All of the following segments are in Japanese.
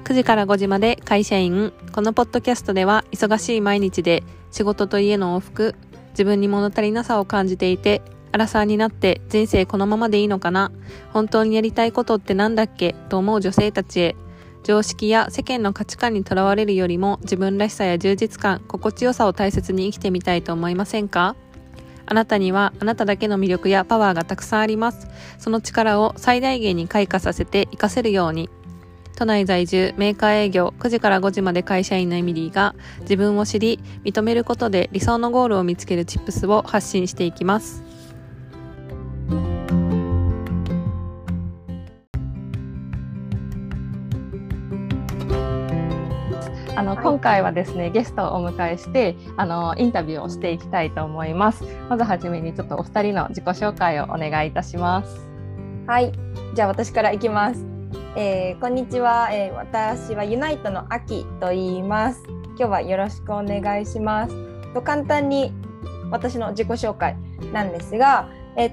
9時から5時まで会社員。このポッドキャストでは忙しい毎日で仕事と家の往復、自分に物足りなさを感じていて、アラサーになって人生このままでいいのかな、本当にやりたいことってなんだっけと思う女性たちへ、常識や世間の価値観にとらわれるよりも自分らしさや充実感、心地よさを大切に生きてみたいと思いませんか？あなたにはあなただけの魅力やパワーがたくさんあります。その力を最大限に開花させて活かせるように、都内在住メーカー営業9時から5時まで会社員のエミリーが自分を知り認めることで理想のゴールを見つけるチップスを発信していきます。今回はですね、ゲストをお迎えしてインタビューをしていきたいと思います。まずはじめにちょっとお二人の自己紹介をお願いいたします。 はい、じゃあ私からいきます。こんにちは、私はユナイトのあきと言います。今日はよろしくお願いします。簡単に私の自己紹介なんですが、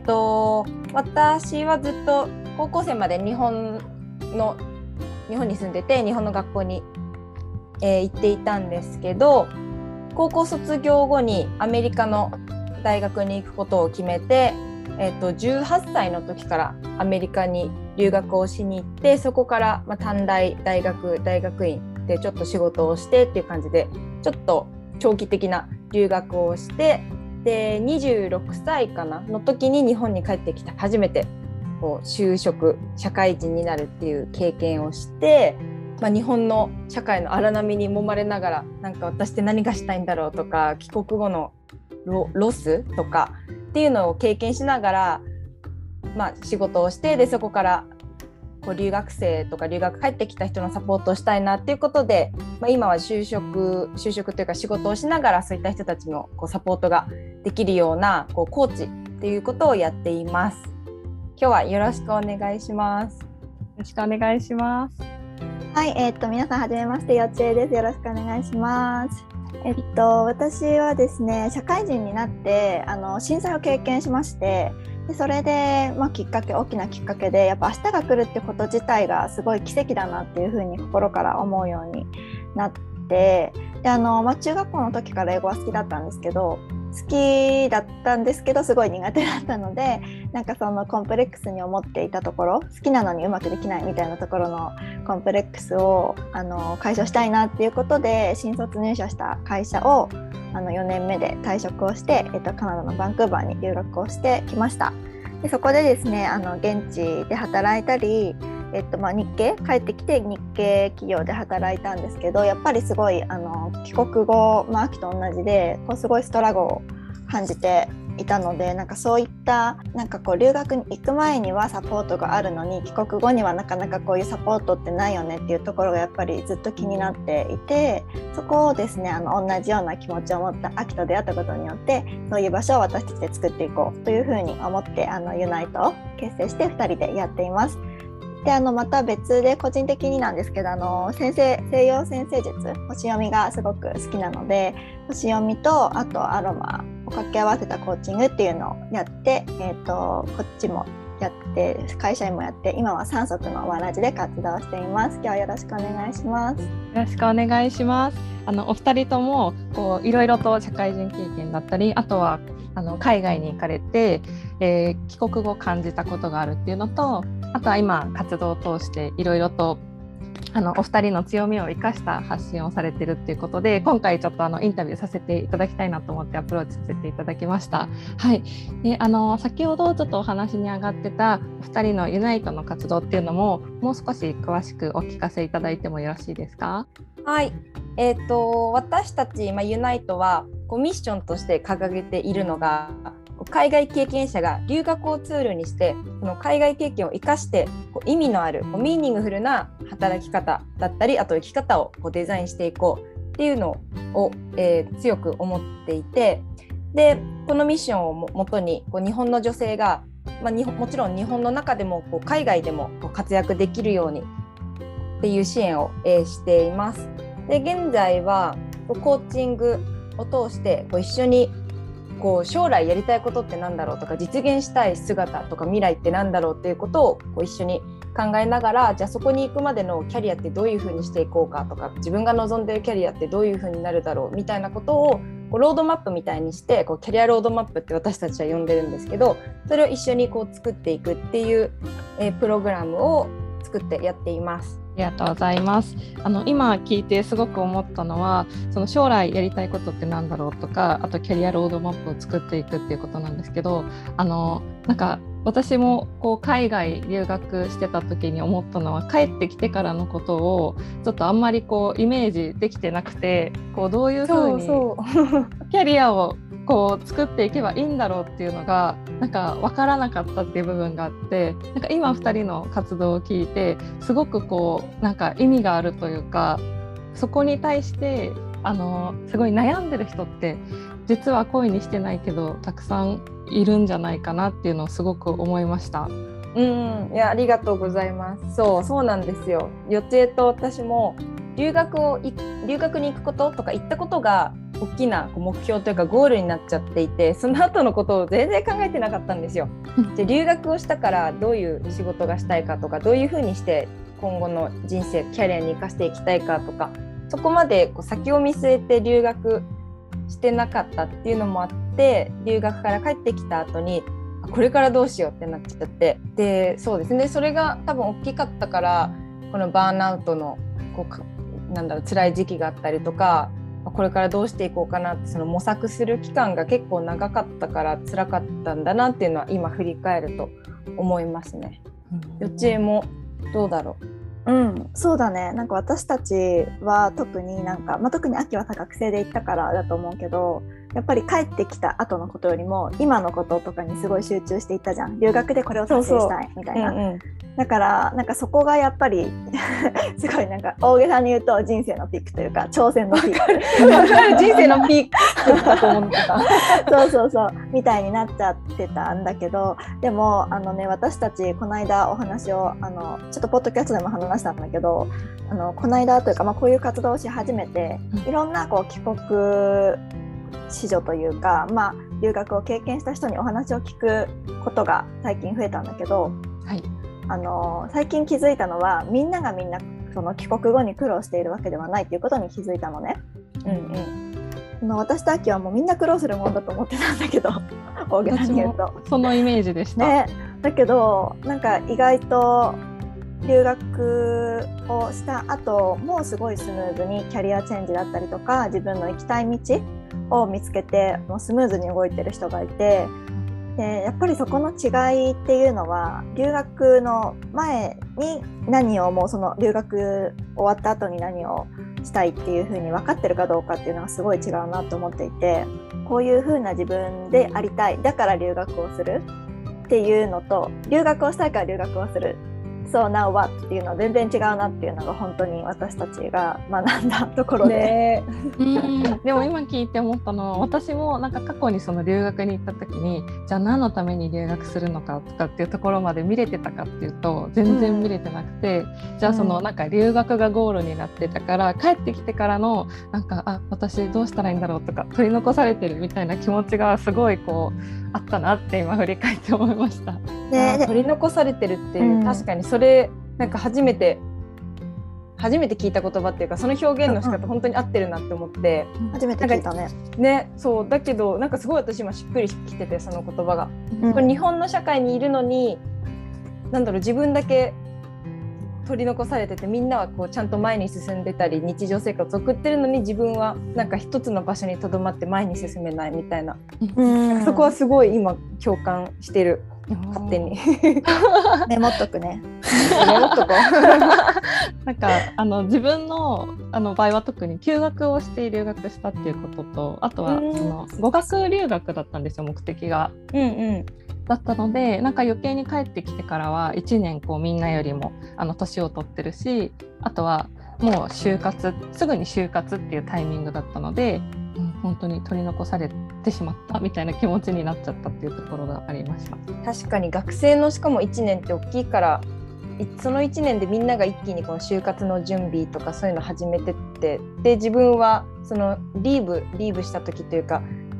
私はずっと高校生まで日本に住んでて、日本の学校に、行っていたんですけど、高校卒業後にアメリカの大学に行くことを決めて、18歳の時からアメリカに留学をしに行って、そこから、短大、大学院でちょっと仕事をしてっていう感じで、ちょっと長期的な留学をして、で26歳かなの時に日本に帰ってきて初めて就職社会人になるっていう経験をして、日本の社会の荒波に揉まれながら、なんか私って何がしたいんだろうとか、帰国後のロスとかっていうのを経験しながら、仕事をして、でそこから留学生とか留学帰ってきた人のサポートをしたいなっていうことで、今は就職というか仕事をしながら、そういった人たちのサポートができるようなコーチっていうことをやっています。今日はよろしくお願いします。 よろしくお願いします。 はい、皆さんはじめまして、よっちえです。よろしくお願いします。私はですね、社会人になって震災を経験しまして、でそれで、大きなきっかけで、やっぱ明日が来るってこと自体がすごい奇跡だなっていうふうに心から思うようになって、で中学校の時から英語は好きだったんですけど、すごい苦手だったので、なんかそのコンプレックスに思っていたところ、好きなのにうまくできないみたいなところのコンプレックスを解消したいなっていうことで、新卒入社した会社を4年目で退職をして、カナダのバンクーバーに留学をしてきました。でそこでですね、現地で働いたり、日系帰ってきて日系企業で働いたんですけど、やっぱりすごい帰国後、秋と同じですごいストラゴを感じていたので、なんかそういった留学に行く前にはサポートがあるのに、帰国後にはなかなかこういうサポートってないよねっていうところがやっぱりずっと気になっていて、そこをですね、同じような気持ちを持ったアキと出会ったことによって、そういう場所を私たちで作っていこうというふうに思って、ユナイトを結成して2人でやっています。でまた別で個人的になんですけど、西洋占星術、星読みがすごく好きなので、星読みとあとアロマを掛け合わせたコーチングっていうのをやって、こっちもやって、会社員もやって、今は3足のわらじで活動しています。今日はよろしくお願いします。よろしくお願いします。お二人ともいろいろと社会人経験だったり、あとは海外に行かれて、帰国後感じたことがあるっていうのと、あとは今活動を通していろいろとお二人の強みを生かした発信をされてるっていうことで、今回ちょっとインタビューさせていただきたいなと思ってアプローチさせていただきました。はい。で先ほどちょっとお話に上がってたお二人のユナイトの活動っていうのも、もう少し詳しくお聞かせいただいてもよろしいですか？ はい。私たち、ユナイトはミッションとして掲げているのが、海外経験者が留学をツールにして、その海外経験を生かして意味のあるミーニングフルな働き方だったり、あと生き方をデザインしていこうっていうのを、強く思っていて、でこのミッションをもとに日本の女性が、もちろん日本の中でも海外でも活躍できるようにっていう支援を、しています。で現在はコーチングを通して一緒にこう将来やりたいことってなんだろうとか、実現したい姿とか未来ってなんだろうっていうことをこう一緒に考えながら、じゃあそこに行くまでのキャリアってどういうふうにしていこうかとか、自分が望んでいるキャリアってどういうふうになるだろうみたいなことをこうロードマップみたいにして、こうキャリアロードマップって私たちは呼んでるんですけど、それを一緒にこう作っていくっていう、プログラムを作ってやっています。 ありがとうございます。今聞いてすごく思ったのは、その将来やりたいことってなんだろうとか、あとキャリアロードマップを作っていくっていうことなんですけど、なんか私もこう海外留学してた時に思ったのは、帰ってきてからのことをちょっとあんまりこうイメージできてなくて、こうどういうふうにキャリアをこう作っていけばいいんだろうっていうのがなんか分からなかったっていう部分があって、なんか今2人の活動を聞いてすごくこうなんか意味があるというか、そこに対してすごい悩んでる人って実は恋にしてないけどたくさんいるんじゃないかなっていうのをすごく思いました。 いや、ありがとうございます。そうなんですよ。予定と私も留学に行くこととか行ったことが大きな目標というかゴールになっちゃっていて、その後のことを全然考えてなかったんですよ。で、留学をしたからどういう仕事がしたいかとか、どういうふうにして今後の人生キャリアに生かしていきたいかとか、そこまでこう先を見据えて留学してなかったっていうのもあって、留学から帰ってきた後にこれからどうしようってなっちゃって、でそうですね、それが多分大きかったから、このバーンアウトのこうなんだろう、辛い時期があったりとか、これからどうしていこうかなって、その模索する期間が結構長かったから辛かったんだなっていうのは今振り返ると思いますね。よちえもどうだろう？ そうだね。なんか私たちは特に特に秋は学生で行ったからだと思うけど、やっぱり帰ってきた後のことよりも今のこととかにすごい集中していったじゃん。留学でこれを達成したいみたいな。だからなんかそこがやっぱりすごいなんか大げさに言うと人生のピークというか挑戦のピーク人生のピークだと思ってたそうみたいになっちゃってたんだけど、でも私たちこの間お話をちょっとポッドキャストでも話したんだけど、この間というか、こういう活動をし始めて、いろんなこう帰国子女というか、留学を経験した人にお話を聞くことが最近増えたんだけど、最近気づいたのは、みんながみんなその帰国後に苦労しているわけではないということに気づいたのね。私と秋はもうみんな苦労するもんだと思ってたんだけど大げさに言うとそのイメージでした、 ね。だけどなんか意外と留学をした後もすごいスムーズにキャリアチェンジだったりとか、自分の行きたい道を見つけてもうスムーズに動いてる人がいて、でやっぱりそこの違いっていうのは、留学の前に何をもうその留学終わった後に何をしたいっていう風に分かってるかどうかっていうのがすごい違うなと思っていて、こういう風な自分でありたい、だから留学をするっていうのと、留学をしたいから留学をする、そう now what っていうのは全然違うなっていうのが本当に私たちが学んだところで、 でも今聞いて思ったのは、私もなんか過去にその留学に行った時に、じゃあ何のために留学するのかとかっていうところまで見れてたかっていうと全然見れてなくて、じゃあそのなんか留学がゴールになってたから、帰ってきてからのなんか私どうしたらいいんだろうとか、取り残されてるみたいな気持ちがすごいこうあったなって今振り返って思いました。 取り残されてるっていう、確かにそれなんか初めて聞いた言葉っていうか、その表現の仕方本当に合ってるなって思って、 初めて聞いたね。 そうだけどなんかすごい私今しっくりきてて、その言葉が、これ日本の社会にいるのになんだろう、自分だけ取り残されてて、みんなはこうちゃんと前に進んでたり日常生活を送ってるのに、自分はなんか一つの場所にとどまって前に進めないみたいな、そこはすごい今共感してる。勝手にメモっとくね。 メモっとこうなんか自分の場合は特に休学をして留学したっていうことと、あとはその語学留学だったんですよ、目的が。だったので、なんか余計に帰ってきてからは1年こうみんなよりも年を取ってるし、あとはもうすぐに就活っていうタイミングだったので、本当に取り残されてしまったみたいな気持ちになっちゃったっていうところがありました。 確かに学生のしかも1年って大きいから、その1年でみんなが一気にこの就活の準備とかそういうの始めてって、で自分はそのリーブした時というか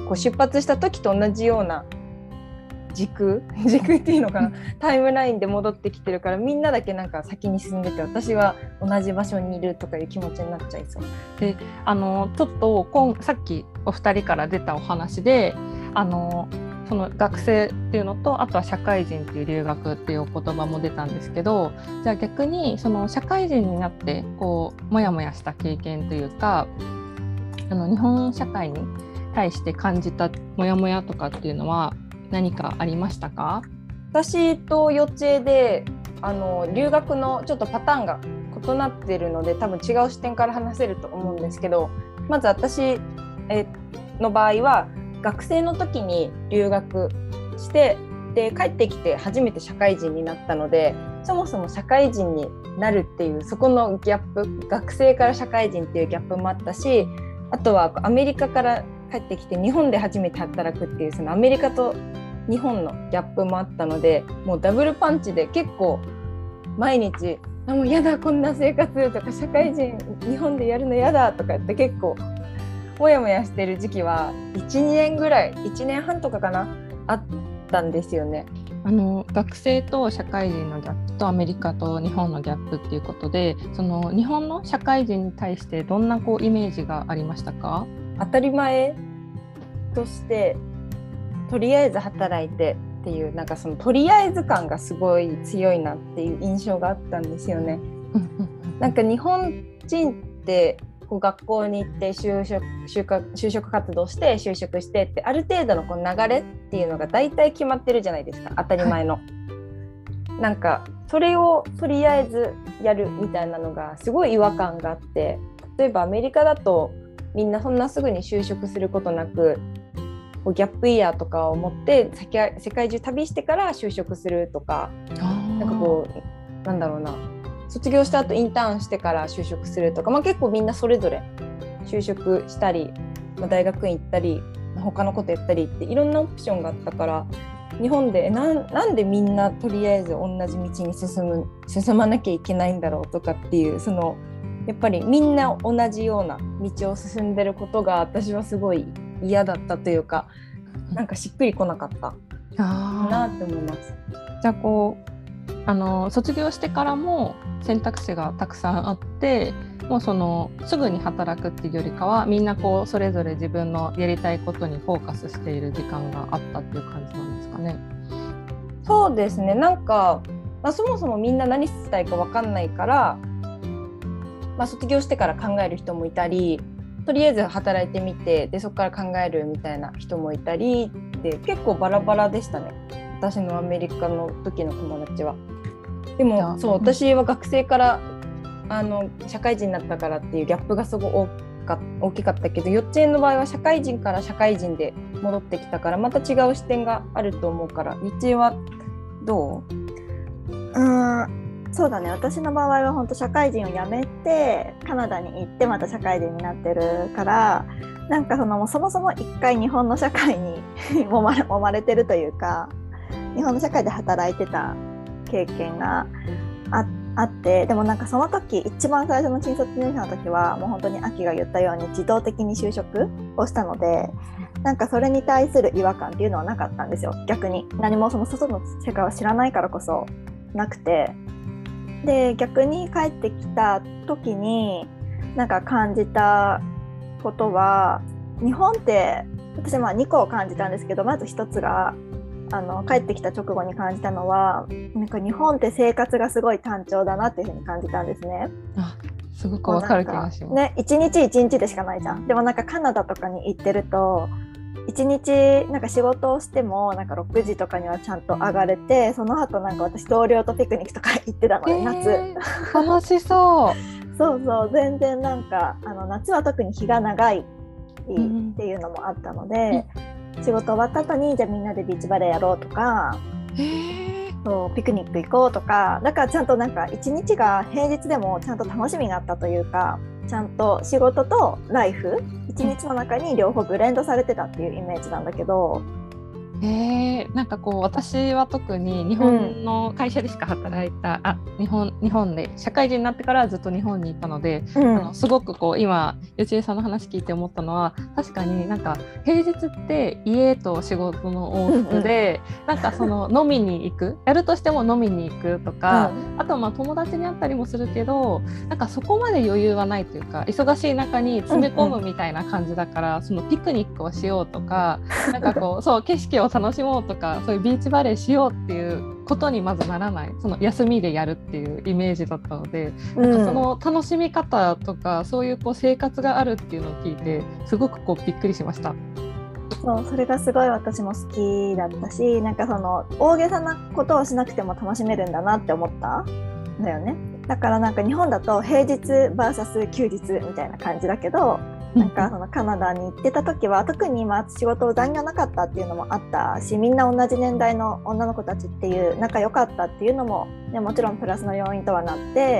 こう出発した時と同じような軸っていうのかなタイムラインで戻ってきてるから、みんなだけなんか先に進んでて私は同じ場所にいるとかいう気持ちになっちゃいそう。 でちょっとさっきお二人から出たお話でその学生っていうのと、あとは社会人っていう留学っていうお言葉も出たんですけど、じゃあ逆にその社会人になってこうモヤモヤした経験というか、日本社会に対して感じたモヤモヤとかっていうのは何かありましたか？ 私と幼稚園で留学のちょっとパターンが異なってるので、多分違う視点から話せると思うんですけど、まず私の場合は学生の時に留学して、で帰ってきて初めて社会人になったので、そもそも社会人になるっていうそこのギャップ、学生から社会人っていうギャップもあったし、あとはアメリカから帰ってきて日本で初めて働くっていうそのアメリカと日本のギャップもあったので、もうダブルパンチで結構毎日もうやだこんな生活とか、社会人日本でやるのやだとかって結構モヤモヤしてる時期は 1,2 年ぐらい、1年半とかかな、あったんですよね。 学生と社会人のギャップとアメリカと日本のギャップっていうことで、その日本の社会人に対してどんなこうイメージがありましたか？ 当たり前としてとりあえず働いてっていう、なんかそのとりあえず感がすごい強いなっていう印象があったんですよね。なんか日本人ってこう学校に行って就職活動して就職してって、ある程度のこう流れっていうのが大体決まってるじゃないですか、当たり前の、はい、なんかそれをとりあえずやるみたいなのがすごい違和感があって、例えばアメリカだとみんなそんなすぐに就職することなく、こうギャップイヤーとかを持って世界中旅してから就職するとか、なんかこうなんだろうな、卒業した後インターンしてから就職するとか、結構みんなそれぞれ就職したり、大学院行ったり他のことやったりっていろんなオプションがあったから、日本でなんでみんなとりあえず同じ道に進まなきゃいけないんだろうとかっていう、そのやっぱりみんな同じような道を進んでることが私はすごい嫌だったというか、なんかしっくりこなかったなって思います。 じゃあこう卒業してからも選択肢がたくさんあって、もうすぐに働くっていうよりかはみんなこうそれぞれ自分のやりたいことにフォーカスしている時間があったっていう感じなんですかね。 そうですね、なんか、そもそもみんな何したいか分かんないから、卒業してから考える人もいたり、とりあえず働いてみてでそこから考えるみたいな人もいたりで、結構バラバラでしたね、私のアメリカの時の友達は。でもそう、私は学生から社会人になったからっていうギャップがすごい大きかったけど、幼稚園の場合は社会人から社会人で戻ってきたから、また違う視点があると思うから、幼稚園はどう？ そうだね、私の場合は本当社会人を辞めてカナダに行ってまた社会人になってるから、なんかそもそも一回日本の社会に揉まれてるというか、日本の社会で働いてた経験があって、でもなんかその時一番最初の新卒入社の時はもう本当に秋が言ったように自動的に就職をしたので、なんかそれに対する違和感っていうのはなかったんですよ。逆に何もその外の世界を知らないからこそなくて、で逆に帰ってきた時になんか感じたことは、日本って私は2個を感じたんですけど、まず1つが帰ってきた直後に感じたのは、なんか日本って生活がすごい単調だなっていう風に感じたんですね。 すごくわかる気がしますね。一日一日でしかないじゃん。でもなんかカナダとかに行ってると一日なんか仕事をしてもなんか6時とかにはちゃんと上がれて、その後なんか私同僚とピクニックとか行ってたので、夏楽しそうそうそう、全然なんか夏は特に日が長いっていうのもあったので、仕事終わった後にじゃあみんなでビーチバレーやろうとか、そうピクニック行こうとか、だからちゃんとなんか一日が平日でもちゃんと楽しみがあったというか、ちゃんと仕事とライフ一日の中に両方ブレンドされてたっていうイメージなんだけど、 なんかこう私は特に日本の会社でしか働いた、日本で社会人になってからずっと日本にいたので、すごくこう今よちえさんの話聞いて思ったのは、確かになんか平日って家と仕事の往復で、なんかその飲みに行くやるとしても飲みに行くとか、あとまあ友達に会ったりもするけど、なんかそこまで余裕はないというか、忙しい中に詰め込むみたいな感じだから、そのピクニックをしようとか、なんかこうそう景色を楽しもうとか、そういうビーチバレーしようっていうことにまずならない、その休みでやるっていうイメージだったので、なんかその楽しみ方とかそういうこう生活があるっていうのを聞いてすごくこうびっくりしました。 それがすごい私も好きだったし、なんかその大げさなことをしなくても楽しめるんだなって思ったんだよね。だからなんか日本だと平日 vs 休日みたいな感じだけど、なんかそのカナダに行ってた時は特に今仕事残業なかったっていうのもあったし、みんな同じ年代の女の子たちっていう仲良かったっていうのも、ね、もちろんプラスの要因とはなって、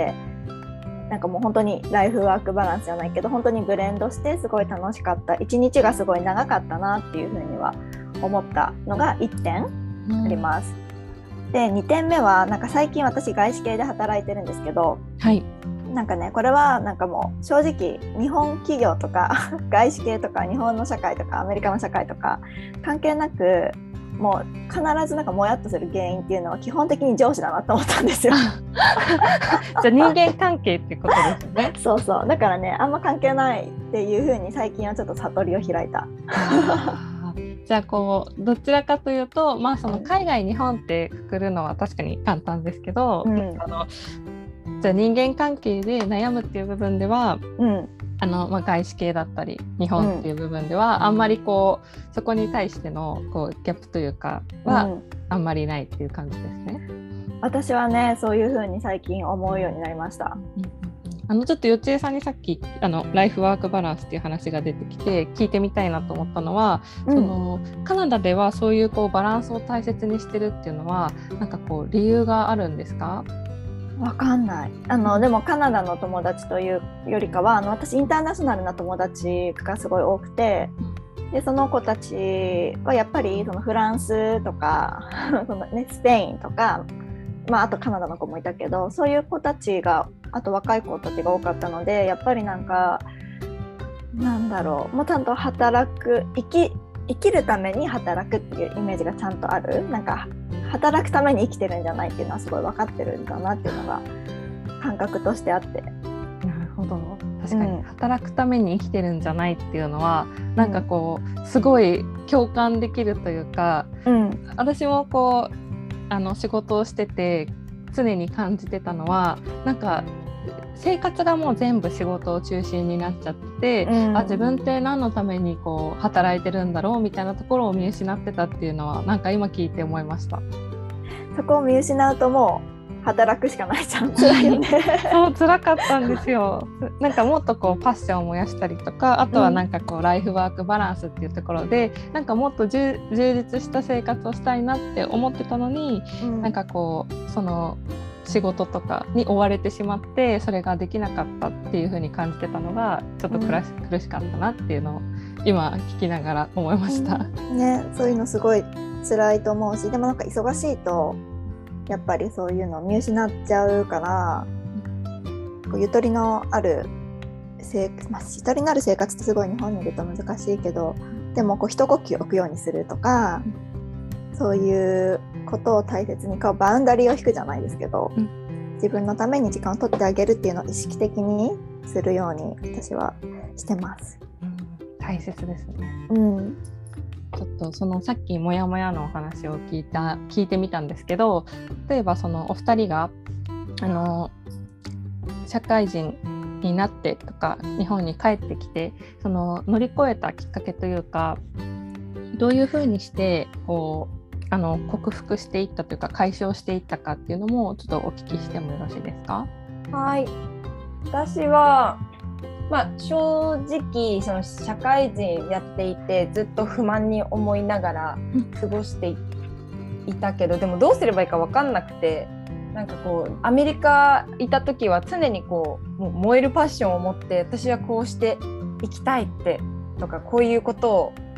なんかもう本当にライフワークバランスじゃないけど本当にブレンドしてすごい楽しかった、一日がすごい長かったなっていうふうには思ったのが1点あります。で2点目はなんか最近私外資系で働いてるんですけど、なんかねこれはなんかもう正直日本企業とか外資系とか日本の社会とかアメリカの社会とか関係なく、もう必ずなんかもやっとする原因っていうのは基本的に上司だなと思ったんですよ。 じゃあ人間関係ってことですよね。 そうだからね、あんま関係ないっていう風に最近はちょっと悟りを開いた。 じゃあこうどちらかというと、まあその海外日本ってくくるのは確かに簡単ですけど、じゃあ人間関係で悩むっていう部分では、まあ、外資系だったり日本っていう部分では、あんまりこうそこに対してのこうギャップというかはあんまりないっていう感じですね。 私はねそういう風に最近思うようになりました。 ちょっとよちえさんにさっきライフワークバランスっていう話が出てきて聞いてみたいなと思ったのは、そのカナダではそういうこうバランスを大切にしてるっていうのはなんかこう理由があるんですか？ わかんない。でもカナダの友達というよりかは私インターナショナルな友達がすごい多くて、でその子たちはやっぱりそのフランスとかその、ね、スペインとか、まあ、あとカナダの子もいたけど、そういう子たちがあと若い子たちが多かったので、やっぱりなんかなんだろう、もうちゃんと働く生きるために働くっていうイメージがちゃんとある、なんか働くために生きてるんじゃないっていうのはすごい分かってるんだなっていうのが感覚としてあって。 なるほど、確かに、働くために生きてるんじゃないっていうのはなんかこうすごい共感できるというか、私もこう仕事をしてて常に感じてたのは、なんか生活がもう全部仕事を中心になっちゃって、自分って何のためにこう働いてるんだろうみたいなところを見失ってたっていうのはなんか今聞いて思いました。 そこを見失うともう働くしかないじゃん。辛いよね。 そう辛かったんですよ。なんかもっとこうパッションを燃やしたりとか、あとはなんかこうライフワークバランスっていうところでなんかもっと充実した生活をしたいなって思ってたのに、なんかこうその仕事とかに追われてしまってそれができなかったっていう風に感じてたのがちょっと苦しかったなっていうのを今聞きながら思いました。 ね、そういうのすごい辛いと思うし、でもなんか忙しいとやっぱりそういうのを見失っちゃうから、こうゆとりのあるゆとりのある生活ってすごい日本にいると難しいけど、でもこう一呼吸置くようにするとか、そういうことを大切にこうバウンダリーを引くじゃないですけど、自分のために時間を取ってあげるっていうのを意識的にするように私はしてます。 大切ですね。ちょっとそのさっきモヤモヤのお話を聞いてみたんですけど、例えばそのお二人が社会人になってとか日本に帰ってきてその乗り越えたきっかけというか、どういうふうにしてこう克服していったというか解消していったかっていうのもちょっとお聞きしてもよろしいですか？ はい、私は正直その社会人やっていてずっと不満に思いながら過ごしていたけど、でもどうすればいいか分かんなくて、なんかこうアメリカいた時は常にこうもう燃えるパッションを持って、私はこうしていきたいってとか、こういうことを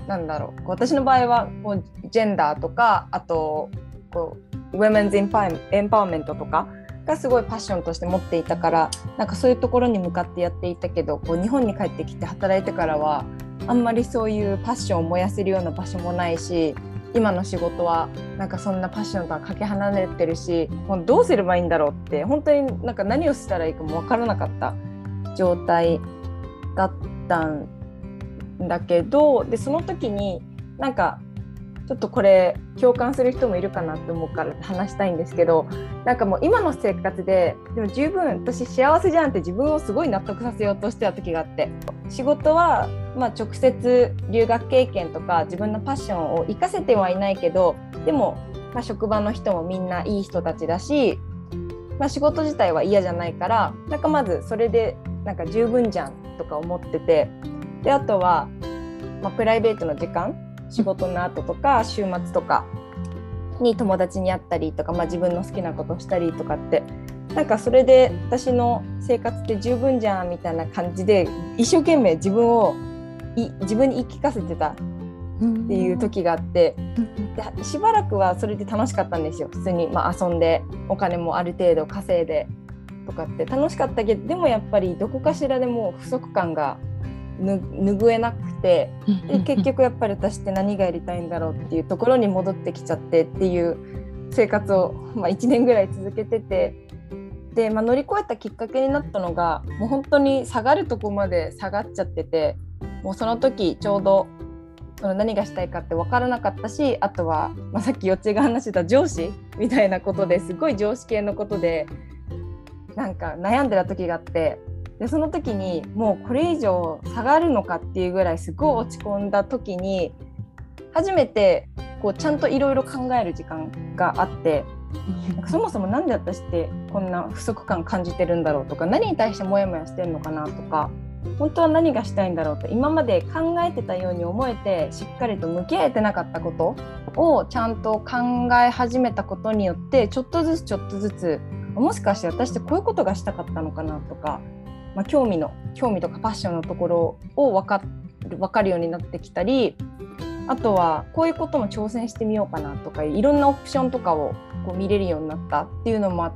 なんだろう、私の場合はこうジェンダーとか、あとこうウェメンズエンパワーメントとかがすごいパッションとして持っていたから、なんかそういうところに向かってやっていたけど、こう日本に帰ってきて働いてからはあんまりそういうパッションを燃やせるような場所もないし、今の仕事はなんかそんなパッションとはかけ離れてるし、もうどうすればいいんだろうって本当になんか何をしたらいいかも分からなかった状態だったんだけど、でその時になんかちょっとこれ共感する人もいるかなと思うから話したいんですけど、なんかもう今の生活でも十分私幸せじゃんって自分をすごい納得させようとしてた時があって、仕事はまあ直接留学経験とか自分のパッションを活かせてはいないけど、でもまあ職場の人もみんないい人たちだし、まあ、仕事自体は嫌じゃないから、なんかまずそれでなんか十分じゃんとか思ってて、であとは、まあ、プライベートの時間、仕事の後とか週末とかに友達に会ったりとか、まあ、自分の好きなことしたりとかって、なんかそれで私の生活って十分じゃんみたいな感じで一生懸命自分に言い聞かせてたっていう時があって、でしばらくはそれで楽しかったんですよ。普通に、まあ、遊んでお金もある程度稼いでとかって楽しかったけど、でもやっぱりどこかしらでもう不足感が拭えなくて、で結局やっぱり私って何がやりたいんだろうっていうところに戻ってきちゃってっていう生活を、まあ、1年ぐらい続けてて、で、まあ、乗り越えたきっかけになったのがもう本当に下がるとこまで下がっちゃってて、もうその時ちょうどその何がしたいかって分からなかったし、あとは、まあ、さっきよっちが話してた上司みたいなことですごい上司系のことでなんか悩んでた時があって、でその時にもうこれ以上下がるのかっていうぐらいすごい落ち込んだ時に初めてこうちゃんといろいろ考える時間があって、なんかそもそもなんで私ってこんな不足感感じてるんだろうとか、何に対してモヤモヤしてるのかなとか、本当は何がしたいんだろうって今まで考えてたように思えてしっかりと向き合えてなかったことをちゃんと考え始めたことによって、ちょっとずつもしかして私ってこういうことがしたかったのかなとか、まあ、興味とかパッションのところを分かるようになってきたり、あとはこういうことも挑戦してみようかなとか、いろんなオプションとかをこう見れるようになったっていうのもあって、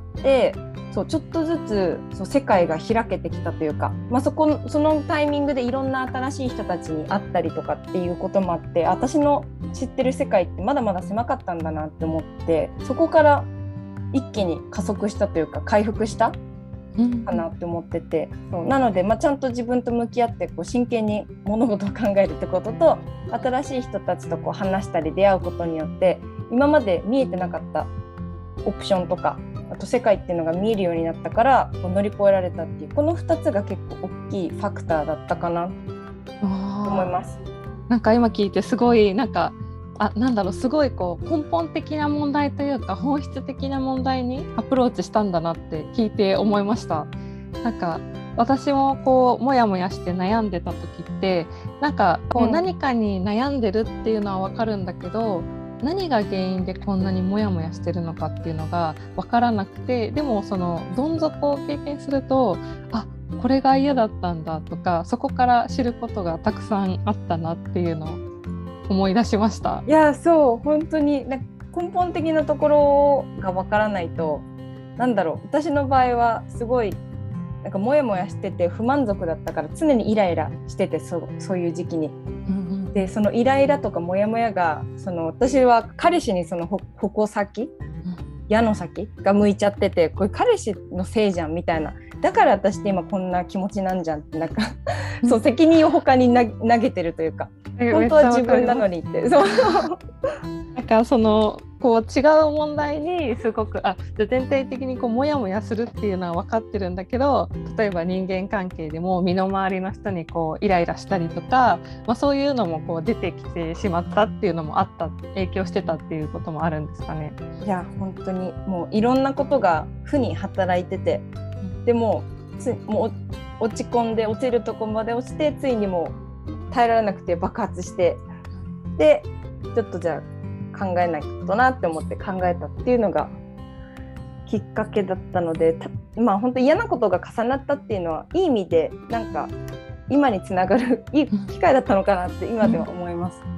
そうちょっとずつそう世界が開けてきたというか、まあ、そのタイミングでいろんな新しい人たちに会ったりとかっていうこともあって、私の知ってる世界ってまだまだ狭かったんだなって思って、そこから一気に加速したというか回復したかなって思ってて、そうなので、まあ、ちゃんと自分と向き合ってこう真剣に物事を考えるってことと、新しい人たちとこう話したり出会うことによって今まで見えてなかったオプションとか、あと世界っていうのが見えるようになったからこう乗り越えられたっていう、この2つが結構大きいファクターだったかなと思います。 なんか今聞いてすごいなんだろう、すごいこう根本的な問題というか本質的な問題にアプローチしたんだなって聞いて思いました。なんか私もこうモヤモヤして悩んでた時ってなんかこう何かに悩んでるっていうのは分かるんだけど、何が原因でこんなにモヤモヤしてるのかっていうのが分からなくて、でもそのどん底を経験すると、あ、これが嫌だったんだとか、そこから知ることがたくさんあったなっていうのを思い出しました。 いや、そう本当になんか根本的なところが分からないと、なんだろう、私の場合はすごいなんかモヤモヤしてて不満足だったから常にイライラしてて、そういう時期に、でそのイライラとかモヤモヤが私は彼氏にその矛先、矢の先が向いちゃってて、これ彼氏のせいじゃんみたいな、だから私って今こんな気持ちなんじゃんってなんかそう責任を他に投げてるというか、本当は自分なのにってそうなんかそのこう違う問題にすごく全体的にこうモヤモヤするっていうのは分かってるんだけど、例えば人間関係でも身の回りの人にこうイライラしたりとか、まあ、そういうのもこう出てきてしまったっていうのもあった、影響してたっていうこともあるんですかね。 いや本当にもういろんなことが負に働いてて、でもう落ち込んで落ちるとこまで落ちて、ついにもう耐えられなくて爆発して、でちょっとじゃあ考えないとなって思って考えたっていうのがきっかけだったので、まあ本当嫌なことが重なったっていうのはいい意味でなんか今につながるいい機会だったのかなって今では思います。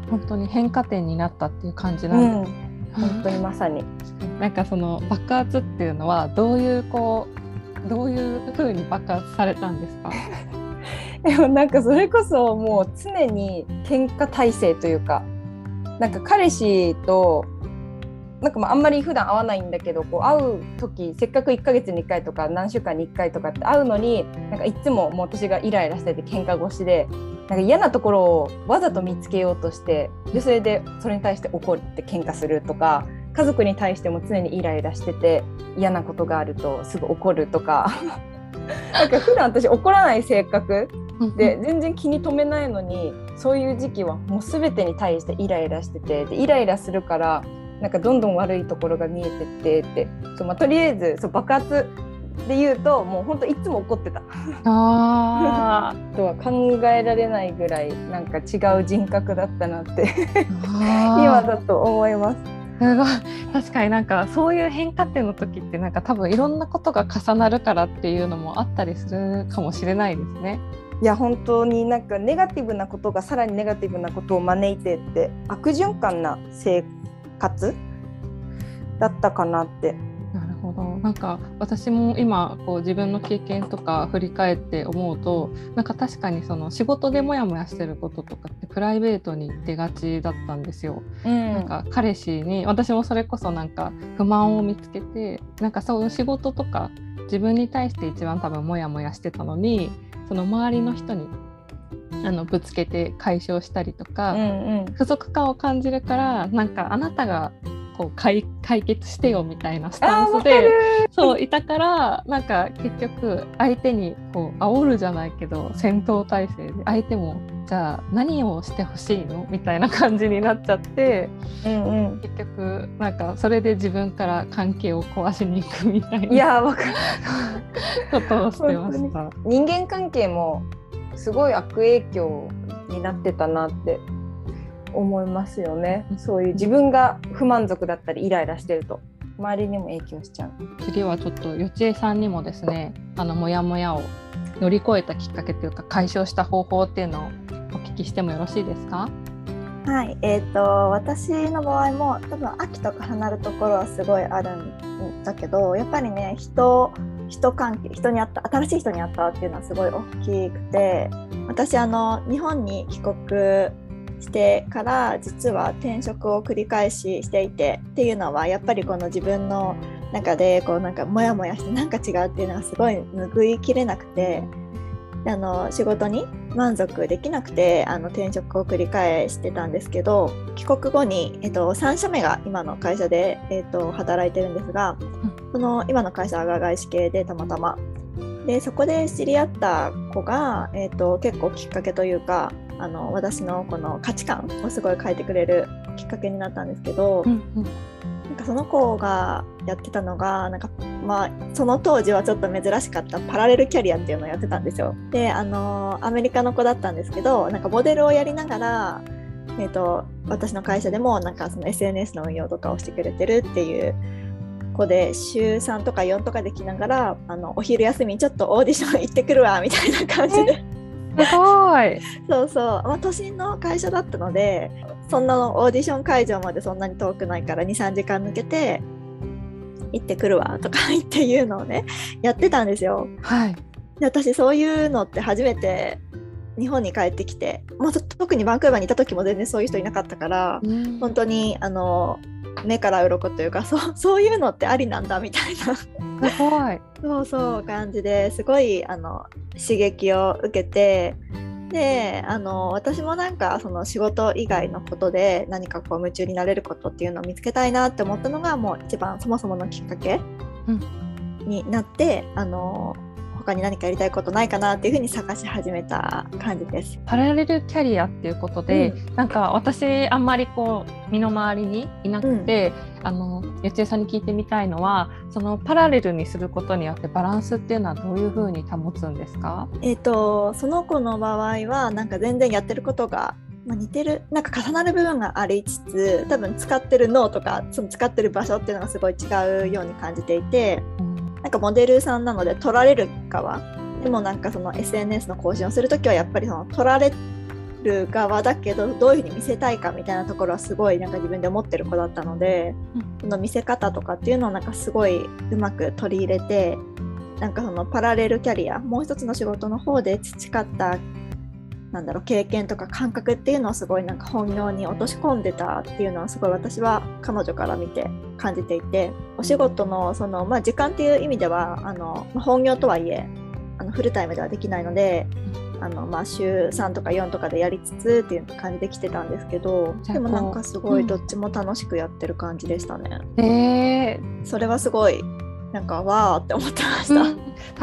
本当に変化点になったっていう感じなんです、 本当にまさに。 なんかその爆発っていうのはどういう風に爆発されたんですか？ でもなんかそれこそもう常に喧嘩体制というか、なんか彼氏となんかあんまり普段会わないんだけど、こう会う時せっかく1ヶ月に1回とか何週間に1回とかって会うのに、なんかいつももう私がイライラしてて喧嘩越しで、なんか嫌なところをわざと見つけようとして、でそれでそれに対して怒って喧嘩するとか、家族に対しても常にイライラしてて嫌なことがあるとすぐ怒るとかなんか普段私怒らない性格で全然気に留めないのに、そういう時期はもう全てに対してイライラしてて、でイライラするからなんかどんどん悪いところが見えてってそう、とりあえず爆発で言うともう本当いつも怒ってたあとは考えられないぐらいなんか違う人格だったなって今だと思います。 すごい。確かになんかそういう変化点の時ってなんか多分いろんなことが重なるからっていうのもあったりするかもしれないですね。 いや本当になんかネガティブなことがさらにネガティブなことを招いてって悪循環な生活だったかなって。 なるほど。なんか私も今こう自分の経験とか振り返って思うと、なんか確かにその仕事でモヤモヤしてることとかってプライベートに出がちだったんですよ、なんか彼氏に私もそれこそなんか不満を見つけて、なんかそういう仕事とか自分に対して一番多分モヤモヤしてたのに、その周りの人にぶつけて解消したりとか、不足感を感じるからなんかあなたがこう解決してよみたいなスタンスでそういたから、なんか結局相手にこう煽るじゃないけど戦闘態勢で相手もじゃあ何をしてほしいのみたいな感じになっちゃって、結局なんかそれで自分から関係を壊しに行くみたいなことをしてました。 人間関係もすごい悪影響になってたなって思いますよね。そういう自分が不満足だったりイライラしてると周りにも影響しちゃう。 次はちょっとよちえさんにもですね、モヤモヤを乗り越えたきっかけというか解消した方法っていうのをお聞きしてもよろしいですか？ はい、私の場合も多分秋とか離るところはすごいあるんだけど、やっぱりね人関係、人に会った、新しい人に会ったっていうのはすごい大きくて、私日本に帰国してから実は転職を繰り返ししていて、っていうのはやっぱりこの自分の中でこうなんかモヤモヤしてなんか違うっていうのがすごい拭いきれなくて、仕事に満足できなくて転職を繰り返してたんですけど、帰国後に、3社目が今の会社で、働いてるんですが、その今の会社が外資系でたまたまで、そこで知り合った子が、結構きっかけというか私のこの価値観をすごい変えてくれるきっかけになったんですけど、なんかその子がやってたのがなんか、その当時はちょっと珍しかったパラレルキャリアっていうのをやってたんですよ。でアメリカの子だったんですけど、なんかモデルをやりながら、私の会社でもなんかその SNS の運用とかをしてくれてるっていう子で、週3とか4とかできながらお昼休みにちょっとオーディション行ってくるわみたいな感じで。 すごいそうそう、都心の会社だったので、そんなのオーディション会場までそんなに遠くないから 2,3 時間抜けて行ってくるわとかっていうのをねやってたんですよ。で私そういうのって初めて日本に帰ってきて、特にバンクーバーにいた時も全然そういう人いなかったから、本当に目から鱗というか、そういうのってありなんだみたいなすごいそう感じですごい刺激を受けて、で私もなんかその仕事以外のことで何かこう夢中になれることっていうのを見つけたいなって思ったのがもう一番そもそものきっかけになって、他に何かやりたいことないかなっていうふうに探し始めた感じです。 パラレルキャリアっていうことで、なんか私あんまりこう身の回りにいなくて、よちえさんに聞いてみたいのは、そのパラレルにすることによってバランスっていうのはどういうふうに保つんですか？ その子の場合はなんか全然やってることが似てる、なんか重なる部分がありつつ、多分使ってる脳とかその使ってる場所っていうのがすごい違うように感じていて、なんかモデルさんなので撮られる側でもなんかその SNS の更新をするときはやっぱりその撮られる側だけどどういうふうに見せたいかみたいなところはすごいなんか自分で思ってる子だったので、その見せ方とかっていうのをなんかすごいうまく取り入れて、なんかそのパラレルキャリア、もう一つの仕事の方で培った経験とか感覚っていうのをすごいなんか本業に落とし込んでたっていうのはすごい私は彼女から見て感じていて、お仕事のその、時間っていう意味では本業とはいえフルタイムではできないので、週3とか4とかでやりつつっていう感じで来てたんですけど、でもなんかすごいどっちも楽しくやってる感じでしたね。それはすごいなんかわーって思ってました、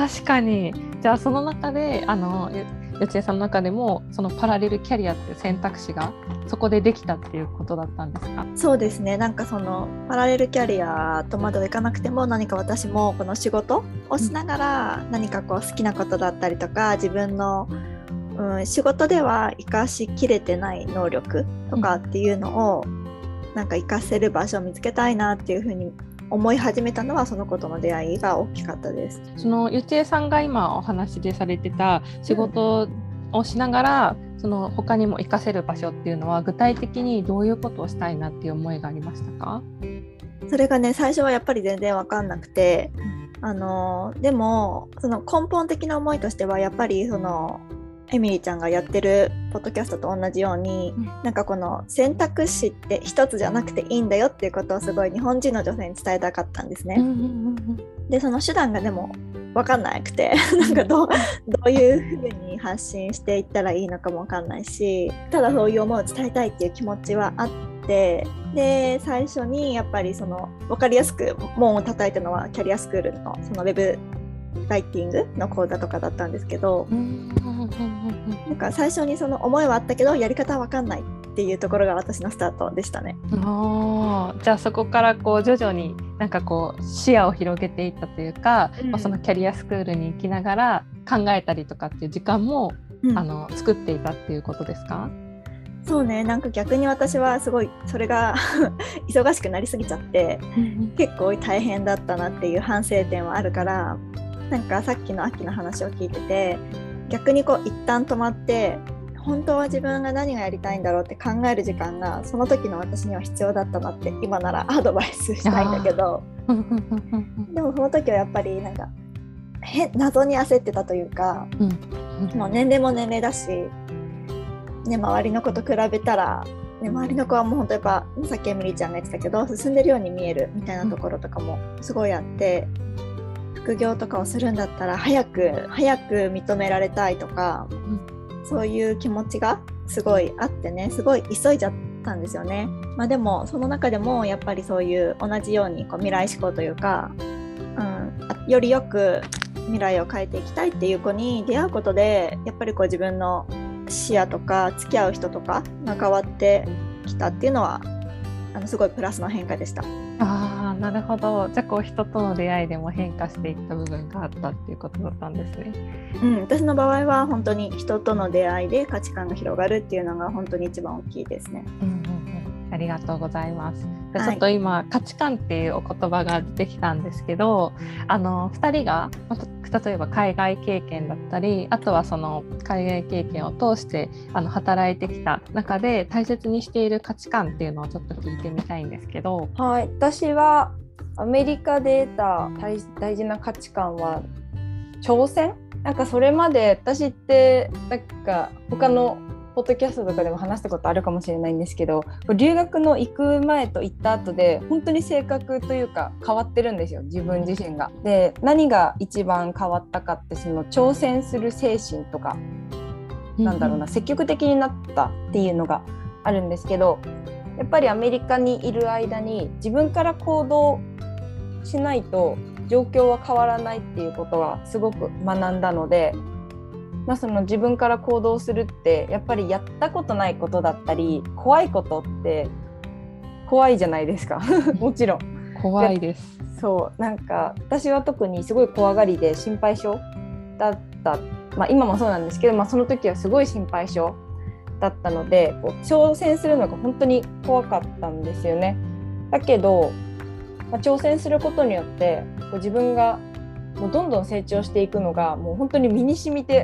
確かに。じゃあその中でよちえさんの中でもそのパラレルキャリアっていう選択肢がそこでできたっていうことだったんですか？ そうですね、なんかそのパラレルキャリアとまではいかなくても、何か私もこの仕事をしながら何かこう好きなことだったりとか、自分の、仕事では生かしきれてない能力とかっていうのをなんか生かせる場所を見つけたいなっていうふうに思い始めたのは、そのことの出会いが大きかったです。 そのよちえさんが今お話でされてた仕事をしながら、その他にも活かせる場所っていうのは具体的にどういうことをしたいなっていう思いがありましたか？ それがね、最初はやっぱり全然分かんなくて、でもその根本的な思いとしてはやっぱりそのエミリーちゃんがやってるポッドキャストと同じように、なんかこの選択肢って一つじゃなくていいんだよっていうことをすごい日本人の女性に伝えたかったんですね。でその手段がでも分かんなくてなんかどういうふうに発信していったらいいのかも分かんないし、ただそういう思いを伝えたいっていう気持ちはあって、で最初にやっぱりその分かりやすく門を叩いたのはキャリアスクールのそのウェブライティングの講座とかだったんですけど、なんか最初にその思いはあったけどやり方は分かんないっていうところが私のスタートでしたね。 じゃあそこからこう徐々になんかこう視野を広げていったというか、そのキャリアスクールに行きながら考えたりとかっていう時間も、作っていたっていうことですか？ そうね、なんか逆に私はすごいそれが忙しくなりすぎちゃって結構大変だったなっていう反省点はあるから、なんかさっきの秋の話を聞いてて、逆にこう一旦止まって本当は自分が何がやりたいんだろうって考える時間がその時の私には必要だったなって今ならアドバイスしたいんだけどでもその時はやっぱりなんか謎に焦ってたというか、もう年齢も年齢だし、周りの子と比べたら、周りの子はもう本当やっぱさっきエミリーちゃんが言ってたけど進んでるように見えるみたいなところとかもすごいあって、副業とかをするんだったら早く認められたいとか、そういう気持ちがすごいあってね、すごい急いじゃったんですよね。でもその中でもやっぱりそういう同じようにこう未来志向というか、よりよく未来を変えていきたいっていう子に出会うことで、やっぱりこう自分の視野とか付き合う人とかが変わってきたっていうのはすごいプラスの変化でした。 なるほど。じゃあこう人との出会いでも変化していった部分があったっていうことだったんですね。 私の場合は本当に人との出会いで価値観が広がるっていうのが本当に一番大きいですね。 ありがとうございます。ちょっと今、価値観っていうお言葉が出てきたんですけど、2人が例えば海外経験だったり、あとはその海外経験を通して働いてきた中で大切にしている価値観っていうのをちょっと聞いてみたいんですけど。 はい、私はアメリカで得た大事な価値観は挑戦。なんかそれまで私ってなんか他のポッドキャストとかでも話したことあるかもしれないんですけど、留学の行く前と行った後で本当に性格というか変わってるんですよ、自分自身が。で、何が一番変わったかって、その挑戦する精神とか、積極的になったっていうのがあるんですけど、やっぱりアメリカにいる間に自分から行動しないと状況は変わらないっていうことはすごく学んだので、その自分から行動するってやっぱりやったことないことだったり怖いことって怖いじゃないですかもちろん怖いです。 そうなんか私は特にすごい怖がりで心配性だった、今もそうなんですけど、その時はすごい心配性だったので、挑戦するのが本当に怖かったんですよね。だけど、挑戦することによって自分がもうどんどん成長していくのがもう本当に身に染みて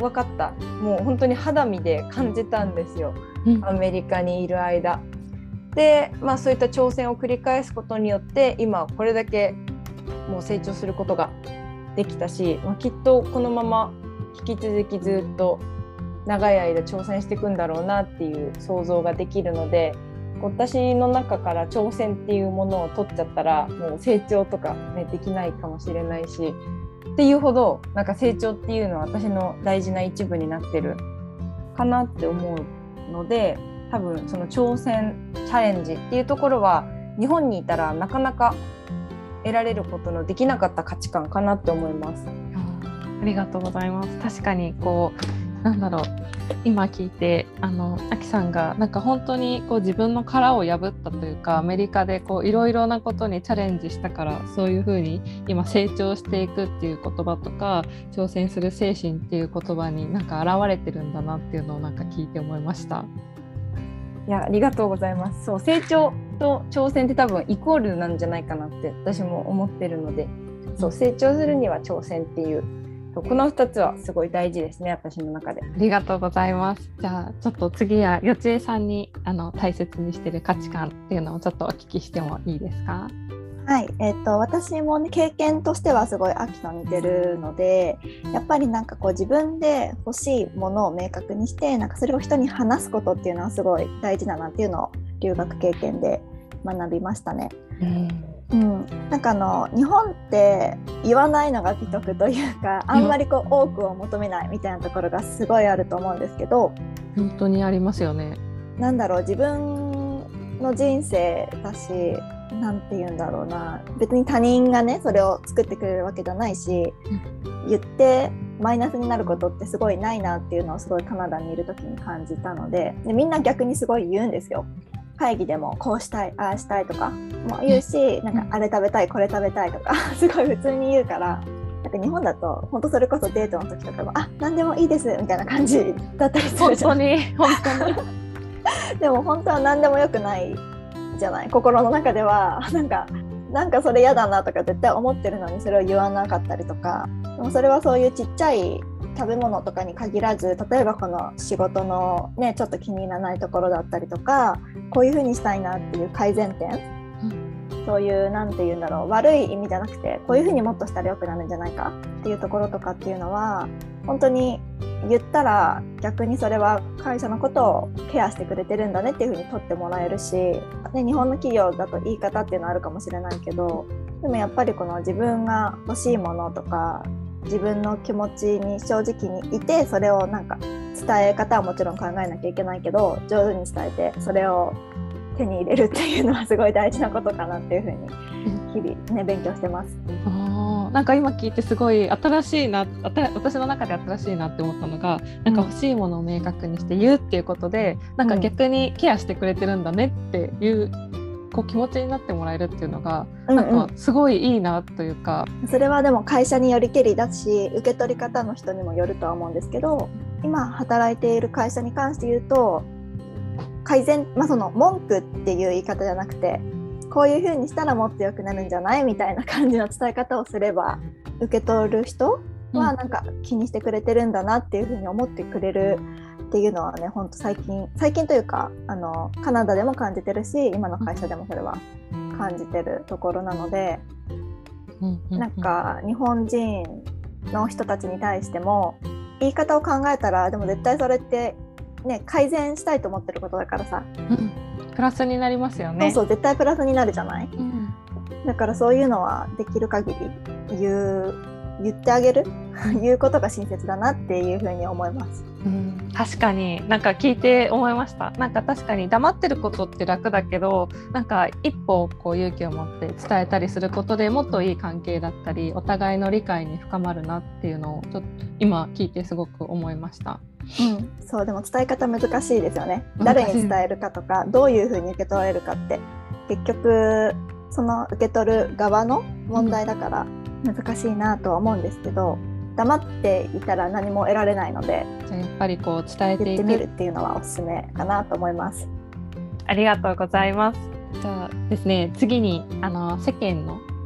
分かった。もう本当に肌身で感じたんですよ、アメリカにいる間で、そういった挑戦を繰り返すことによって今これだけもう成長することができたし、きっとこのまま引き続きずっと長い間挑戦していくんだろうなっていう想像ができるので、私の中から挑戦っていうものを取っちゃったらもう成長とか、ね、できないかもしれないしっていうほどなんか成長っていうのは私の大事な一部になってるかなって思うので、多分その挑戦チャレンジっていうところは日本にいたらなかなか得られることのできなかった価値観かなって思います。 ありがとうございます。確かになんだろう、今聞いてあきさんがなんか本当に自分の殻を破ったというか、アメリカでいろいろなことにチャレンジしたから、そういう風に今成長していくっていう言葉とか挑戦する精神っていう言葉になんか現れてるんだなっていうのをなんか聞いて思いました。 いや、ありがとうございます。そう、成長と挑戦って多分イコールなんじゃないかなって私も思ってるので、そう成長するには挑戦っていうこの2つはすごい大事ですね、私の中で。 ありがとうございます。じゃあちょっと次はよちえさんに大切にしている価値観っていうのをちょっとお聞きしてもいいですか？ はい、私も、ね、経験としてはすごい秋と似てるので、やっぱりなんか自分で欲しいものを明確にして、なんかそれを人に話すことっていうのはすごい大事だなっていうのを留学経験で学びましたね。なんか日本って言わないのが美徳というか、あんまり多くを求めないみたいなところがすごいあると思うんですけど、 本当にありますよね。 なんだろう、自分の人生だし、なんて言うんだろうな、別に他人がねそれを作ってくれるわけじゃないし、言ってマイナスになることってすごいないなっていうのをすごいカナダにいる時に感じたので、みんな逆にすごい言うんですよ。会議でもこうしたいああしたいとかも言うし、なんかあれ食べたいこれ食べたいとかすごい普通に言うから、なんか日本だと本当それこそデートの時とかも何でもいいですみたいな感じだったりするじゃん。 本当にでも本当は何でもよくないじゃない、心の中ではなんかそれ嫌だなとか絶対思ってるのにそれを言わなかったりとか。でもそれはそういうちっちゃい食べ物とかに限らず、例えばこの仕事のねちょっと気に入らないところだったりとか、こういう風にしたいなっていう改善点、そういうなんていうんだろう、悪い意味じゃなくてこういう風にもっとしたら良くなるんじゃないかっていうところとかっていうのは本当に言ったら逆にそれは会社のことをケアしてくれてるんだねっていう風に取ってもらえるし、ね、日本の企業だと言い方っていうのはあるかもしれないけど、でもやっぱりこの自分が欲しいものとか自分の気持ちに正直にいて、それをなんか伝え方はもちろん考えなきゃいけないけど上手に伝えてそれを手に入れるっていうのはすごい大事なことかなっていうふうに日々ね勉強してます。 なんか今聞いてすごい新しいな、私の中で新しいなって思ったのが、なんか欲しいものを明確にして言うっていうことで、なんか逆にケアしてくれてるんだねっていう気持ちになってもらえるっていうのが、なんかすごいいいなというか、 それはでも会社によりけりだし受け取り方の人にもよるとは思うんですけど、今働いている会社に関して言うと改善、その文句っていう言い方じゃなくて、こういう風にしたらもっと良くなるんじゃないみたいな感じの伝え方をすれば、受け取る人はなんか気にしてくれてるんだなっていう風に思ってくれるっていうのはね、本当最近というかカナダでも感じてるし、今の会社でもそれは感じてるところなので、なんか日本人の人たちに対しても言い方を考えたら、でも絶対それってね改善したいと思ってることだからさ、 プラスになりますよね。 そう絶対プラスになるじゃない、だからそういうのはできる限り言ってあげる言うことが親切だなっていうふうに思います。 確かになんか聞いて思いました。なんか確かに黙ってることって楽だけど、なんか一歩勇気を持って伝えたりすることでもっといい関係だったりお互いの理解に深まるなっていうのをちょっと今聞いてすごく思いました。 そうでも伝え方難しいですよね。誰に伝えるかとかどういうふうに受け取られるかって結局その受け取る側の問題だから難しいなとは思うんですけど、黙っていたら何も得られないので、 じゃあやっぱり伝えていく、言ってみるっていうのはおすすめかなと思います。 ありがとうございます。じゃあですね、次に世間の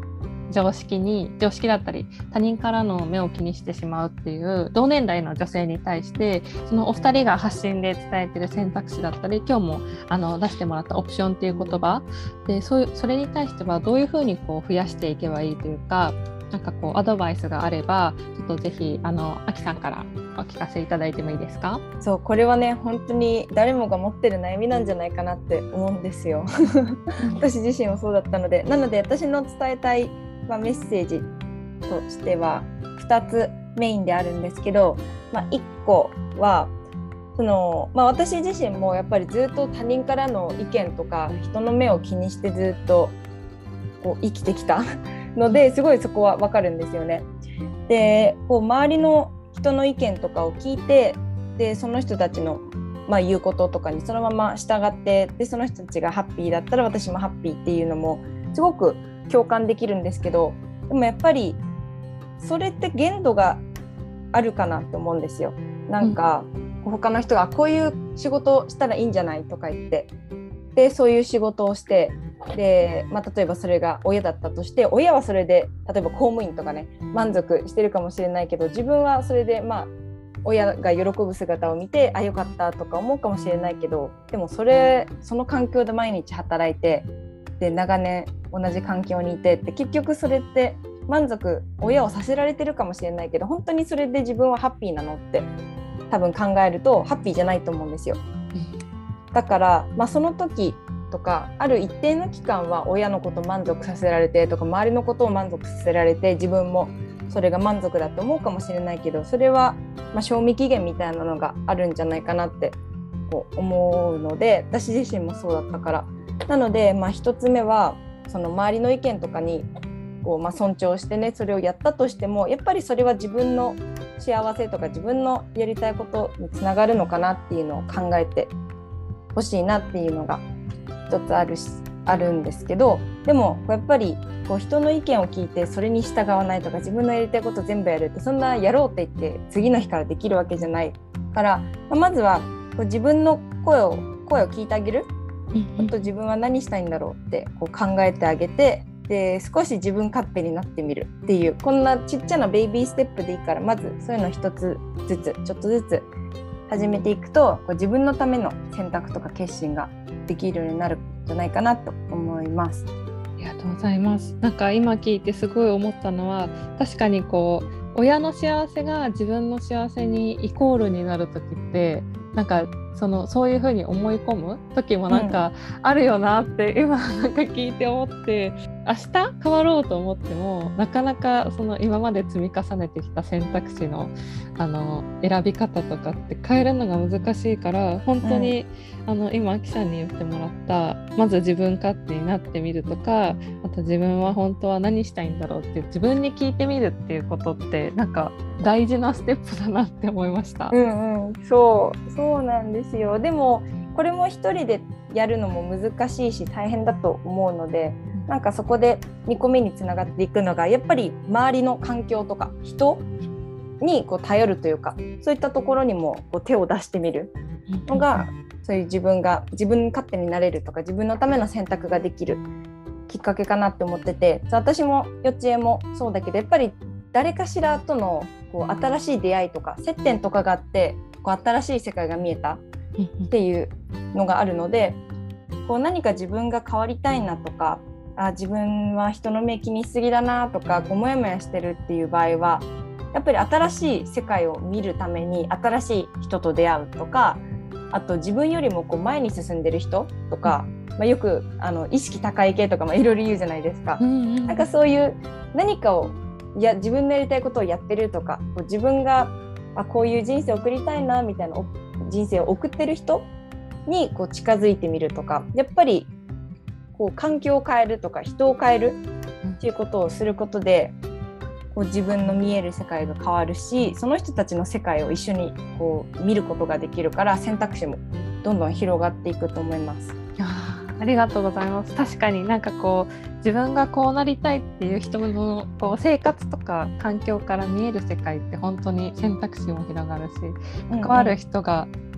常識だったり他人からの目を気にしてしまうっていう同年代の女性に対して、そのお二人が発信で伝えてる選択肢だったり、今日も出してもらったオプションっていう言葉で、それに対してはどういうふうにこう増やしていけばいいというか、なんかこうアドバイスがあればちょっとぜひあきさんからお聞かせいただいてもいいですか？ そう、これはね本当に誰もが持ってる悩みなんじゃないかなって思うんですよ私自身もそうだったので、なので私の伝えたい、メッセージとしては2つメインであるんですけど、1個は私自身もやっぱりずっと他人からの意見とか人の目を気にしてずっとこう生きてきたのですごいそこは分かるんですよね。でこう周りの人の意見とかを聞いて、でその人たちの、言うこととかにそのまま従って、でその人たちがハッピーだったら私もハッピーっていうのもすごく共感できるんですけど、でもやっぱりそれって限度があるかなと思うんですよ。なんか、他の人がこういう仕事をしたらいいんじゃないとか言って、でそういう仕事をして、で、例えばそれが親だったとして、親はそれで例えば公務員とかね満足してるかもしれないけど、自分はそれで親が喜ぶ姿を見てよかったとか思うかもしれないけど、でもその環境で毎日働いて、で長年同じ環境にいてって結局それって満足親をさせられてるかもしれないけど、本当にそれで自分はハッピーなのって多分考えるとハッピーじゃないと思うんですよ。だから、その時とかある一定の期間は親のこと満足させられてとか周りのことを満足させられて、自分もそれが満足だと思うかもしれないけど、それは賞味期限みたいなのがあるんじゃないかなってこう思うので、私自身もそうだったから。なので、一つ目はその周りの意見とかにこう、尊重してねそれをやったとしても、やっぱりそれは自分の幸せとか自分のやりたいことにつながるのかなっていうのを考えてほしいなっていうのが一つあるんですけど、でもやっぱりこう人の意見を聞いてそれに従わないとか、自分のやりたいこと全部やるって、そんなやろうって言って次の日からできるわけじゃないから、まずはこう自分の声を聞いてあげる。あと自分は何したいんだろうってこう考えてあげて、で少し自分勝手になってみるっていう、こんなちっちゃなベイビーステップでいいから、まずそういうの一つずつちょっとずつ始めていくと、こう自分のための選択とか決心ができるようになるんじゃないかなと思います。 ありがとうございます。なんか今聞いてすごい思ったのは、確かにこう親の幸せが自分の幸せにイコールになる時って、なんかそういう風に思い込む時もなんかあるよなって今なんか聞いて思って、明日変わろうと思ってもなかなかその今まで積み重ねてきた選択肢の選び方とかって変えるのが難しいから、本当に、今あきさんに言ってもらったまず自分勝手になってみるとか、あと自分は本当は何したいんだろうって自分に聞いてみるっていうことってなんか大事なステップだなって思いました。 そうなんですよ。でもこれも一人でやるのも難しいし大変だと思うので、なんかそこで2個目につながっていくのが、やっぱり周りの環境とか人にこう頼るというか、そういったところにもこう手を出してみるのが、そういう自分勝手になれるとか自分のための選択ができるきっかけかなって思ってて、私もよっちえもそうだけど、やっぱり誰かしらとのこう新しい出会いとか接点とかがあって、こう新しい世界が見えたっていうのがあるので、こう何か自分が変わりたいなとか、自分は人の目気にしすぎだなとか、こうモヤモヤしてるっていう場合は、やっぱり新しい世界を見るために新しい人と出会うとか、あと自分よりもこう前に進んでる人とか、よく意識高い系とかいろいろ言うじゃないですか。なんかそういう何かを自分のやりたいことをやってるとか、こう自分がこういう人生を送りたいなみたいな人生を送ってる人にこう近づいてみるとか、やっぱりこう環境を変えるとか人を変えるっていうことをすることで、こう自分の見える世界が変わるし、その人たちの世界を一緒にこう見ることができるから、選択肢もどんどん広がっていくと思います。 ありがとうございます。確かになんかこう自分がこうなりたいっていう人のこう生活とか環境から見える世界って本当に選択肢も広がるし、関わる人が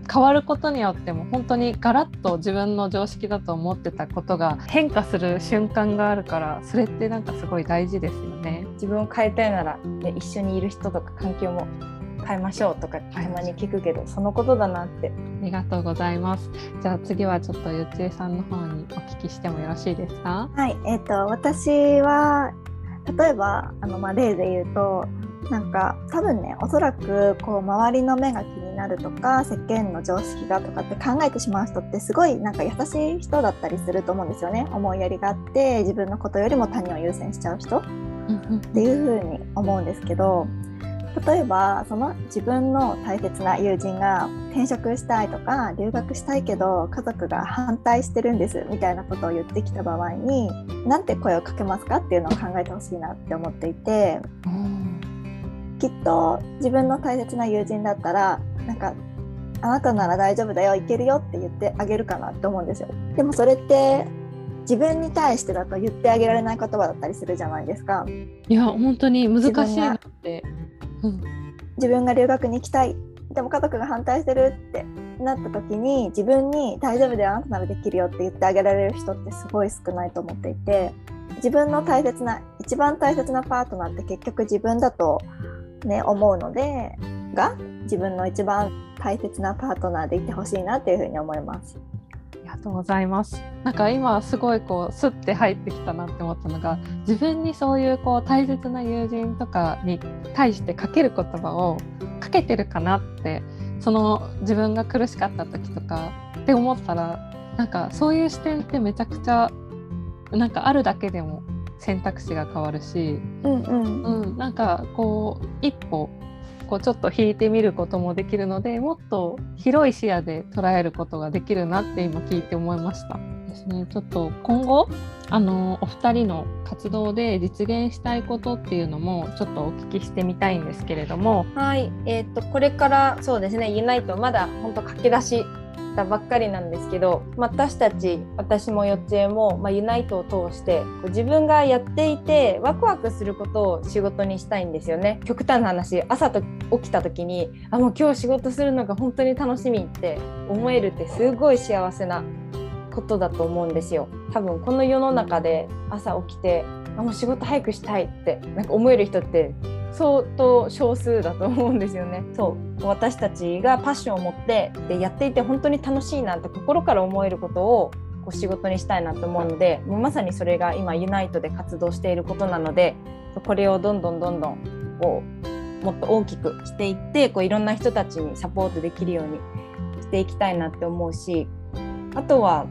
変わることによっても本当にガラッと自分の常識だと思ってたことが変化する瞬間があるから、それってなんかすごい大事ですよね。 自分を変えたいなら、ね、一緒にいる人とか環境も変えましょうとかたまに聞くけど、そのことだなって。 ありがとうございます。じゃあ次はちょっとゆっちえさんの方にお聞きしてもよろしいですか？ はい、私は例えば例で言うと、なんか多分ね、おそらくこう周りの目が気になるとか世間の常識がとかって考えてしまう人ってすごいなんか優しい人だったりすると思うんですよね。思いやりがあって自分のことよりも他人を優先しちゃう人っていう風に思うんですけど、例えばその自分の大切な友人が転職したいとか留学したいけど家族が反対してるんですみたいなことを言ってきた場合に、なんて声をかけますかっていうのを考えてほしいなって思っていて、きっと自分の大切な友人だったらなんかあなたなら大丈夫だよ、いけるよって言ってあげるかなって思うんですよ。でもそれって自分に対してだと言ってあげられない言葉だったりするじゃないですか。 いや本当に難しいなって、 自分が留学に行きたい、でも家族が反対してるってなった時に自分に大丈夫だよ、あなたならできるよって言ってあげられる人ってすごい少ないと思っていて、自分の大切な一番大切なパートナーって結局自分だとね思うので、自分の一番大切なパートナーでいてほしいなっていうふうに思います。 ありがとうございます。なんか今すごいこうスッて入ってきたなって思ったのが、自分にそういうこう大切な友人とかに対してかける言葉をかけてるかなって、その自分が苦しかった時とかって思ったら、なんかそういう視点ってめちゃくちゃなんかあるだけでも選択肢が変わるし、なんかこう一歩こうちょっと引いてみることもできるので、もっと広い視野で捉えることができるなって今聞いて思いましたですね。ちょっと今後お二人の活動で実現したいことっていうのもちょっとお聞きしてみたいんですけれども。 はい、これからそうですね、ユナイトまだ本当駆け出したばっかりなんですけど、私もよっちえも、ユナイトを通して自分がやっていてワクワクすることを仕事にしたいんですよね。極端な話、朝と起きた時にもう今日仕事するのが本当に楽しみって思えるってすごい幸せなことだと思うんですよ。多分この世の中で朝起きてもう仕事早くしたいってなんか思える人って相当少数だと思うんですよね。そう私たちがパッションを持ってでやっていて本当に楽しいなって心から思えることをこう仕事にしたいなと思うので、もうまさにそれが今ユナイトで活動していることなので、これをどんどんこうもっと大きくしていっていろんな人たちにサポートできるようにしていきたいなって思うし、あとは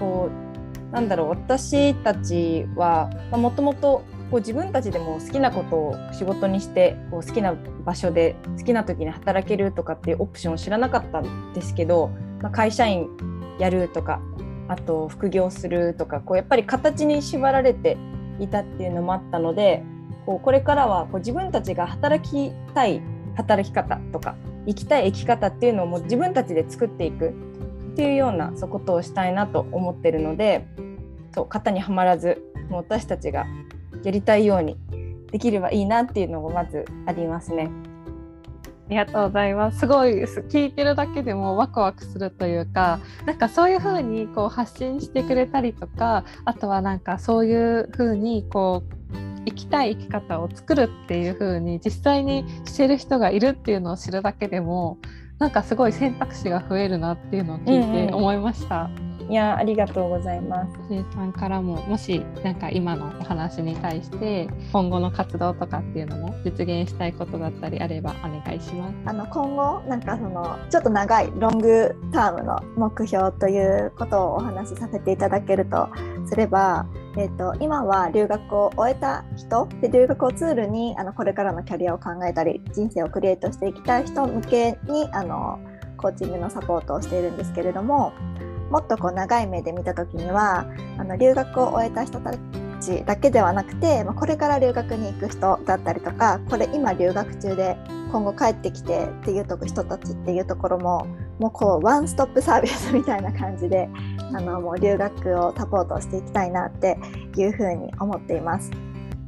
私たちはもともと自分たちでも好きなことを仕事にして好きな場所で好きな時に働けるとかっていうオプションを知らなかったんですけど、会社員やるとかあと副業するとかやっぱり形に縛られていたっていうのもあったので、これからは自分たちが働きたい働き方とか生きたい生き方っていうのをもう自分たちで作っていくっていうようなことをしたいなと思ってるので、型にはまらずもう私たちがやりたいようにできればいいなっていうのもまずありますね。 ありがとうございます。すごい聞いてるだけでもワクワクするというか、なんかそういう風に発信してくれたりとか、あとはなんかそういう風に生きたい生き方を作るっていう風に実際にしてる人がいるっていうのを知るだけでもなんかすごい選択肢が増えるなっていうのを聞いて思いました。 いやありがとうございます。 ゆっちえさんからももしなんか今のお話に対して今後の活動とかっていうのも実現したいことだったりあればお願いします。 今後なんかちょっと長いロングタームの目標ということをお話しさせていただけるとすれば、今は留学を終えた人で留学をツールにこれからのキャリアを考えたり人生をクリエイトしていきたい人向けにコーチングのサポートをしているんですけれども、もっと長い目で見た時には留学を終えた人たちだけではなくて、これから留学に行く人だったりとか、今留学中で今後帰ってきてっていう人たちっていうところもワンストップサービスみたいな感じでもう留学をサポートしていきたいなっていうふうに思っています。 あ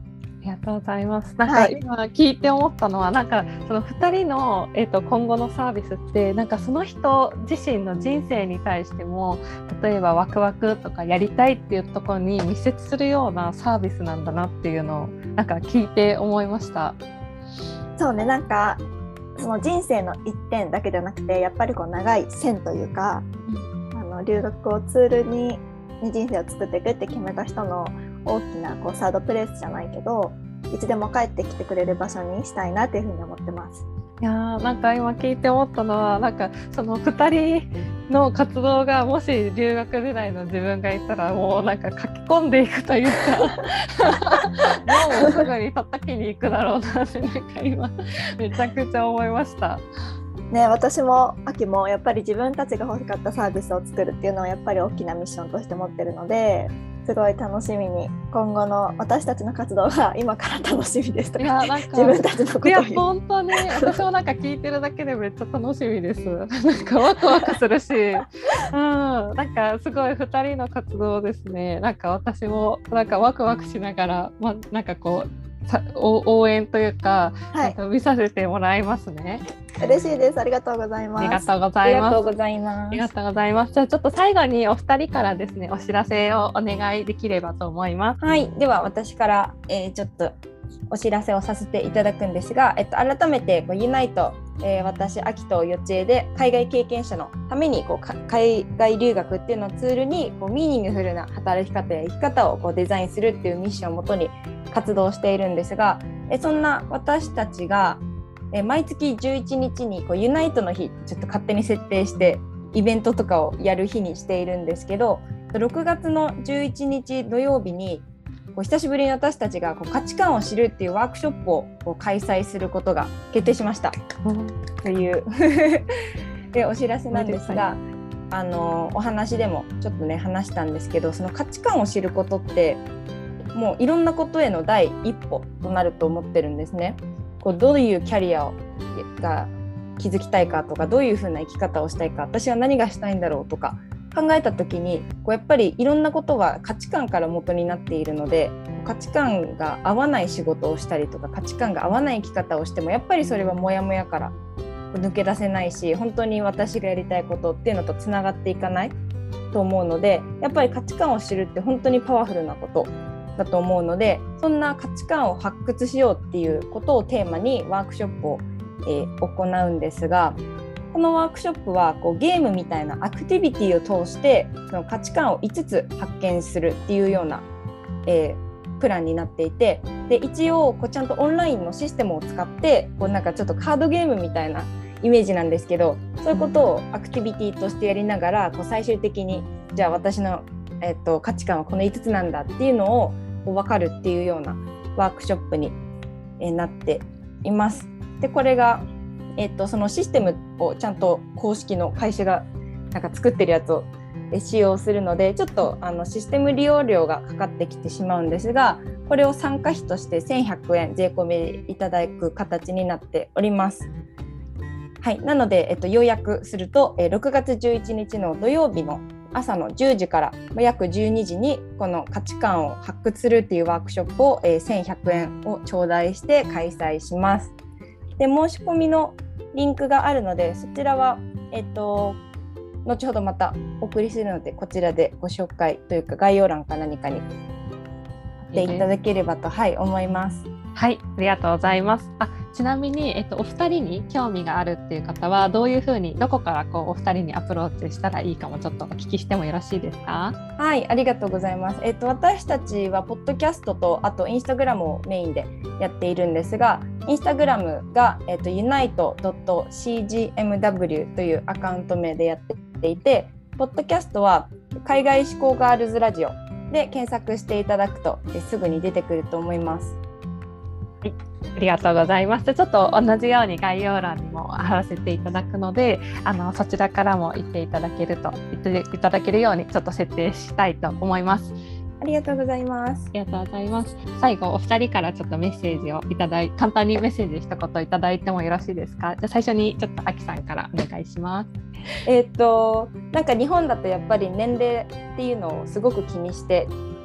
りがとうございます。なんか今聞いて思ったのは、なんかその2人の、今後のサービスってなんかその人自身の人生に対しても、例えばワクワクとかやりたいっていうところに密接するようなサービスなんだなっていうのをなんか聞いて思いました。 そうね、なんかその人生の一点だけじゃなくて、やっぱりこう長い線というか、留学をツールに人生を作っていくって決めた人の大きなこうサードプレイスじゃないけど、いつでも帰ってきてくれる場所にしたいなっていうふうに思ってます。 いやなんか今聞いて思ったのは、なんかその2人の活動がもし留学時代の自分がいたら、もうなんか書き込んでいくというかもうすぐに叩きに行くだろうなってなんか今めちゃくちゃ思いましたね。私も秋もやっぱり自分たちが欲しかったサービスを作るっていうのはやっぱり大きなミッションとして持ってるので、すごい楽しみに、今後の私たちの活動が今から楽しみですとか、なんか自分たちのことを言う。 いや本当ね、私もなんか聞いてるだけでめっちゃ楽しみです。なんかワクワクするし、なんかすごい2人の活動ですね。なんか私もなんかワクワクしながら、なんかこう応援というか、なんか見させてもらいますね。 嬉しいです。ありがとうございます。 ありがとうございます。 ありがとうございます。 ありがとうございます。じゃあちょっと最後にお二人からですね、お知らせをお願いできればと思います。 はい、では私から、ちょっとお知らせをさせていただくんですが、改めてユナイト、私秋とよちえで海外経験者のために海外留学っていうのをツールにミーニングフルな働き方や生き方をデザインするっていうミッションをもとに活動しているんですが、そんな私たちが毎月11日にユナイトの日ちょっと勝手に設定してイベントとかをやる日にしているんですけど、6月の11日土曜日に久しぶりに私たちが価値観を知るっていうワークショップを開催することが決定しました、というでお知らせなんですが、お話でもちょっとね話したんですけど、その価値観を知ることってもういろんなことへの第一歩となると思ってるんですね。どういうキャリアが築きたいかとか、どういうふうな生き方をしたいか、私は何がしたいんだろうとか考えた時に、やっぱりいろんなことは価値観から元になっているので、価値観が合わない仕事をしたりとか、価値観が合わない生き方をしてもやっぱりそれはモヤモヤから抜け出せないし、本当に私がやりたいことっていうのとつながっていかないと思うので、やっぱり価値観を知るって本当にパワフルなことだと思うので、そんな価値観を発掘しようっていうことをテーマにワークショップを、行うんですが、このワークショップはゲームみたいなアクティビティを通してその価値観を5つ発見するっていうような、プランになっていて、で一応ちゃんとオンラインのシステムを使ってなんかちょっとカードゲームみたいなイメージなんですけど、そういうことをアクティビティとしてやりながら最終的にじゃあ私の、価値観はこの5つなんだっていうのを分かるっていうようなワークショップに、なっています。でこれが、そのシステムをちゃんと公式の会社がなんか作ってるやつを使用するので、ちょっとシステム利用料がかかってきてしまうんですが、これを参加費として1100円税込みでいただく形になっております。はい、なので、要約すると、6月11日の土曜日の朝の10時から約12時にこの価値観を発掘するっていうワークショップを、1100円を頂戴して開催します。で申し込みのリンクがあるので、そちらは、後ほどまたお送りするので、こちらでご紹介というか概要欄か何かに貼っていただければと、思います。 はい、ありがとうございます。ちなみに、お二人に興味があるっていう方はどういうふうに、どこからお二人にアプローチしたらいいかもちょっとお聞きしてもよろしいですか？ はい、ありがとうございます。私たちはポッドキャストとあとインスタグラムをメインでやっているんですが、インスタグラムが、unite.cgmw というアカウント名でやっていて、ポッドキャストは海外志向ガールズラジオで検索していただくとすぐに出てくると思います。 はい、ありがとうございます。ちょっと同じように概要欄にも貼らせていただくので、そちらからも言っていただけるようにちょっと設定したいと思います。 ありがとうございます。 ありがとうございます。最後お二人からちょっとメッセージを簡単にメッセージ一言いただいてもよろしいですか？じゃあ最初にちょっとあきさんからお願いします。 なんか日本だとやっぱり年齢っていうのをすごく気にして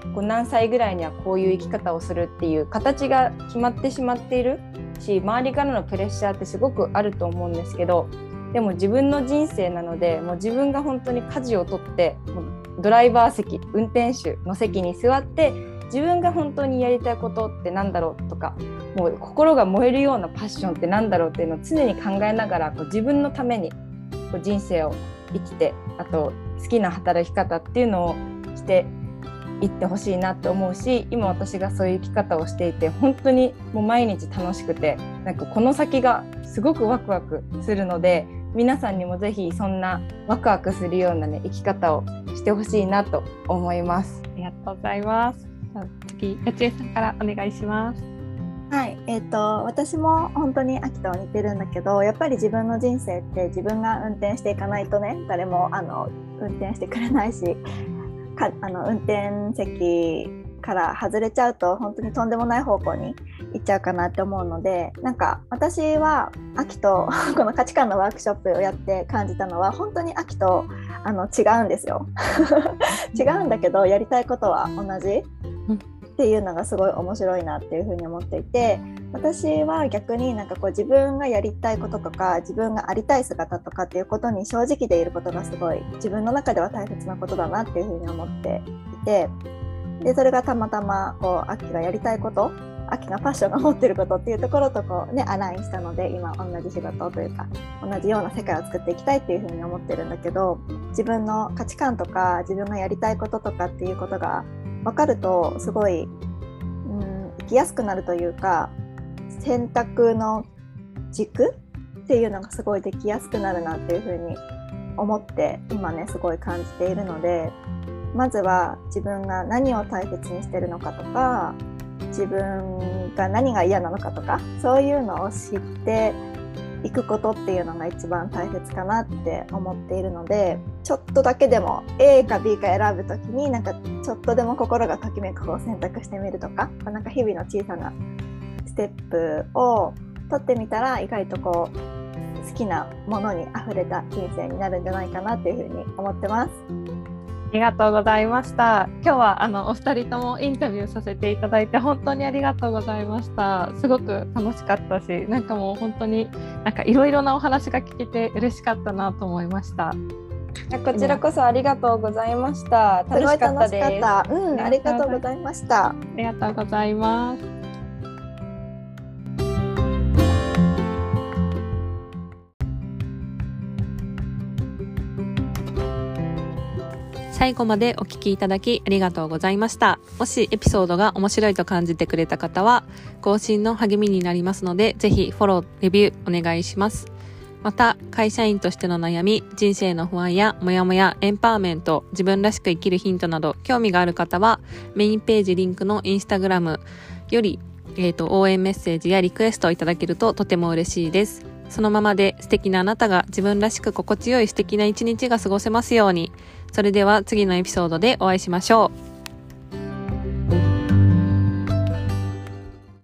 こう何歳ぐらいにはこういう生き方をするっていう形が決まってしまっているし、周りからのプレッシャーってすごくあると思うんですけど、でも自分の人生なので、もう自分が本当に舵を取って、もうドライバー席、運転手の席に座って、自分が本当にやりたいことってなんだろうとか、もう心が燃えるようなパッションってなんだろうっていうのを常に考えながら、こう自分のためにこう人生を生きて、あと好きな働き方っていうのをしていってほしいなって思うし、今私がそういう生き方をしていて本当にもう毎日楽しくて、なんかこの先がすごくワクワクするので、皆さんにもぜひそんなワクワクするようなね生き方をしてほしいなと思います。 ありがとうございます。次、やちえさんからお願いします。 はい、私も本当に秋と似てるんだけど、やっぱり自分の人生って自分が運転していかないとね、誰も運転してくれないし、運転席から外れちゃうと本当にとんでもない方向に行っちゃうかなって思うので、なんか私は秋とこの価値観のワークショップをやって感じたのは、本当に秋と違うんですよ違うんだけどやりたいことは同じっていうのがすごい面白いなっていうふうに思っていて、私は逆になんかこう自分がやりたいこととか自分がありたい姿とかっていうことに正直でいることがすごい自分の中では大切なことだなっていうふうに思っていて、でそれがたまたまこう秋がやりたいこと、秋がパッションが持ってることっていうところとこうねアラインしたので、今同じ仕事というか同じような世界を作っていきたいっていうふうに思ってるんだけど、自分の価値観とか自分がやりたいこととかっていうことが分かるとすごい、生きやすくなるというか、選択の軸っていうのがすごいできやすくなるなっていうふうに思って今ねすごい感じているので、まずは自分が何を大切にしてるのかとか、自分が何が嫌なのかとか、そういうのを知っていくことっていうのが一番大切かなって思っているので、ちょっとだけでも A か B か選ぶときになんかちょっとでも心がときめく方を選択してみるとか、なんか日々の小さなステップを取ってみたら、意外とこう好きなものにあふれた人生になるんじゃないかなっていうふうに思ってます。 ありがとうございました。今日はお二人ともインタビューさせていただいて本当にありがとうございました。すごく楽しかったし、なんかもう本当になんかいろいろなお話が聞けて嬉しかったなと思いました。 こちらこそありがとうございました。楽しかったです。 ありがとうございました。 ありがとうございます。最後までお聞きいただきありがとうございました。もしエピソードが面白いと感じてくれた方は更新の励みになりますので、ぜひフォロー、レビューお願いします。また、会社員としての悩み、人生の不安やモヤモヤ、エンパワーメント、自分らしく生きるヒントなど興味がある方はメインページリンクのインスタグラムより、応援メッセージやリクエストをいただけるととても嬉しいです。そのままで素敵なあなたが自分らしく心地よい素敵な一日が過ごせますように。それでは次のエピソードでお会いしましょう。